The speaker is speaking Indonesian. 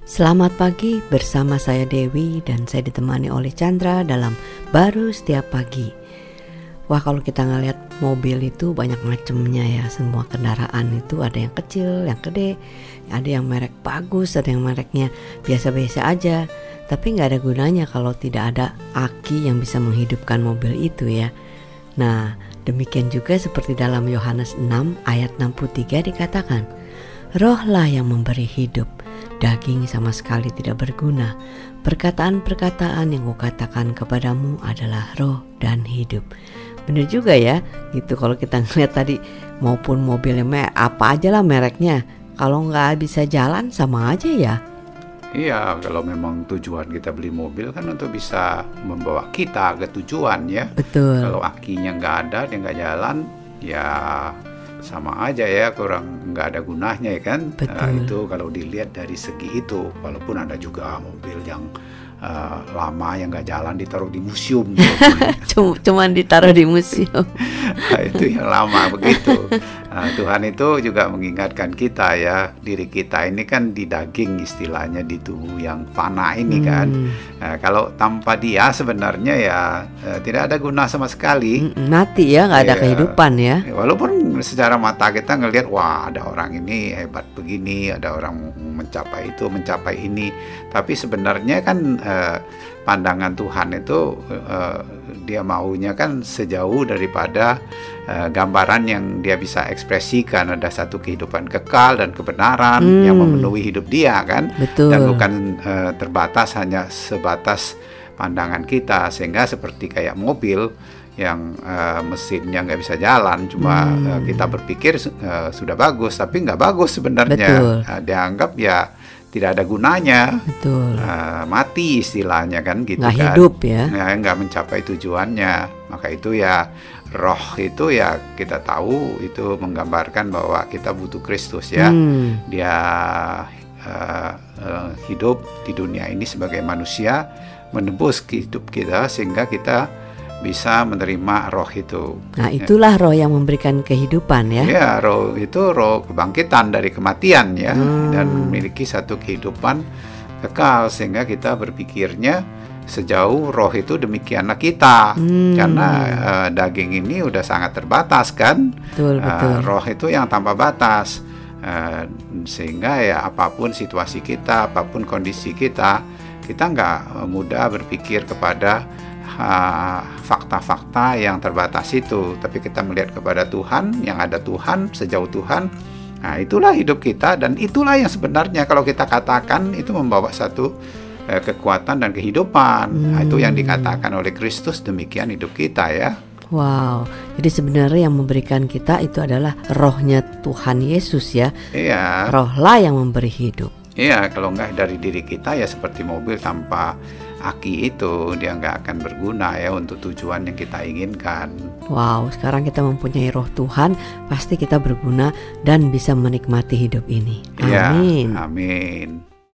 Selamat pagi, bersama saya Dewi dan saya ditemani oleh Chandra dalam Baru Setiap Pagi. Wah, kalau kita ngeliat mobil itu banyak macamnya ya. Semua kendaraan itu ada yang kecil, yang gede, ada yang merek bagus, ada yang mereknya biasa-biasa aja. Tapi gak ada gunanya kalau tidak ada aki yang bisa menghidupkan mobil itu ya. Nah, demikian juga seperti dalam Yohanes 6 ayat 63 dikatakan, Rohlah yang memberi hidup, daging sama sekali tidak berguna. Perkataan-perkataan yang kukatakan kepadamu adalah roh dan hidup. Bener juga ya, gitu kalau kita ngeliat tadi, maupun mobilnya apa aja lah mereknya, kalau nggak bisa jalan sama aja ya. Iya, kalau memang tujuan kita beli mobil kan untuk bisa membawa kita ke tujuan ya. Betul. Kalau akinya nggak ada, dia nggak jalan, ya sama aja ya, kurang nggak ada gunanya ya kan. Itu kalau dilihat dari segi itu, walaupun ada juga mobil yang lama yang nggak jalan ditaruh di museum. Cuman ditaruh di museum. Nah, itu yang lama begitu. Nah, Tuhan itu juga mengingatkan kita ya, diri kita ini kan di daging istilahnya, di tubuh yang fana ini kan. Nah, kalau tanpa Dia sebenarnya ya tidak ada guna sama sekali. Mati ya, nggak ada kehidupan ya. Walaupun secara mata kita ngelihat, wah ada orang ini hebat begini, ada orang mencapai itu, mencapai ini. Tapi sebenarnya kan pandangan Tuhan itu Dia maunya kan sejauh daripada gambaran yang Dia bisa ekspresikan. Ada satu kehidupan kekal dan kebenaran yang memenuhi hidup Dia kan. Betul. Dan bukan terbatas hanya sebatas pandangan kita, sehingga seperti kayak mobil yang mesinnya nggak bisa jalan, cuma kita berpikir sudah bagus, tapi nggak bagus sebenarnya. Dianggap ya tidak ada gunanya. Betul. Mati istilahnya kan gitu, nggak kan hidup ya, nggak mencapai tujuannya. Maka itu ya, roh itu ya kita tahu itu menggambarkan bahwa kita butuh Kristus ya. Dia hidup di dunia ini sebagai manusia, menebus hidup kita sehingga kita bisa menerima roh itu. Nah, itulah roh yang memberikan kehidupan ya. Ya, roh itu roh kebangkitan dari kematian ya, dan memiliki satu kehidupan kekal, sehingga kita berpikirnya sejauh roh itu demikianlah kita. Karena daging ini udah sangat terbatas kan. Betul. Roh itu yang tanpa batas. Sehingga ya apapun situasi kita, apapun kondisi kita nggak mudah berpikir kepada fakta-fakta yang terbatas itu, tapi kita melihat kepada Tuhan, yang ada Tuhan, sejauh Tuhan. Nah, itulah hidup kita, dan itulah yang sebenarnya kalau kita katakan itu membawa satu kekuatan dan kehidupan. Nah, itu yang dikatakan oleh Kristus, demikian hidup kita ya. Wow, jadi sebenarnya yang memberikan kita itu adalah rohnya Tuhan Yesus ya. Iya. Rohlah yang memberi hidup. Iya, kalau enggak dari diri kita ya seperti mobil tanpa aki itu, dia nggak akan berguna ya untuk tujuan yang kita inginkan. Wow, sekarang kita mempunyai roh Tuhan, pasti kita berguna dan bisa menikmati hidup ini. Amin. Ya, amin.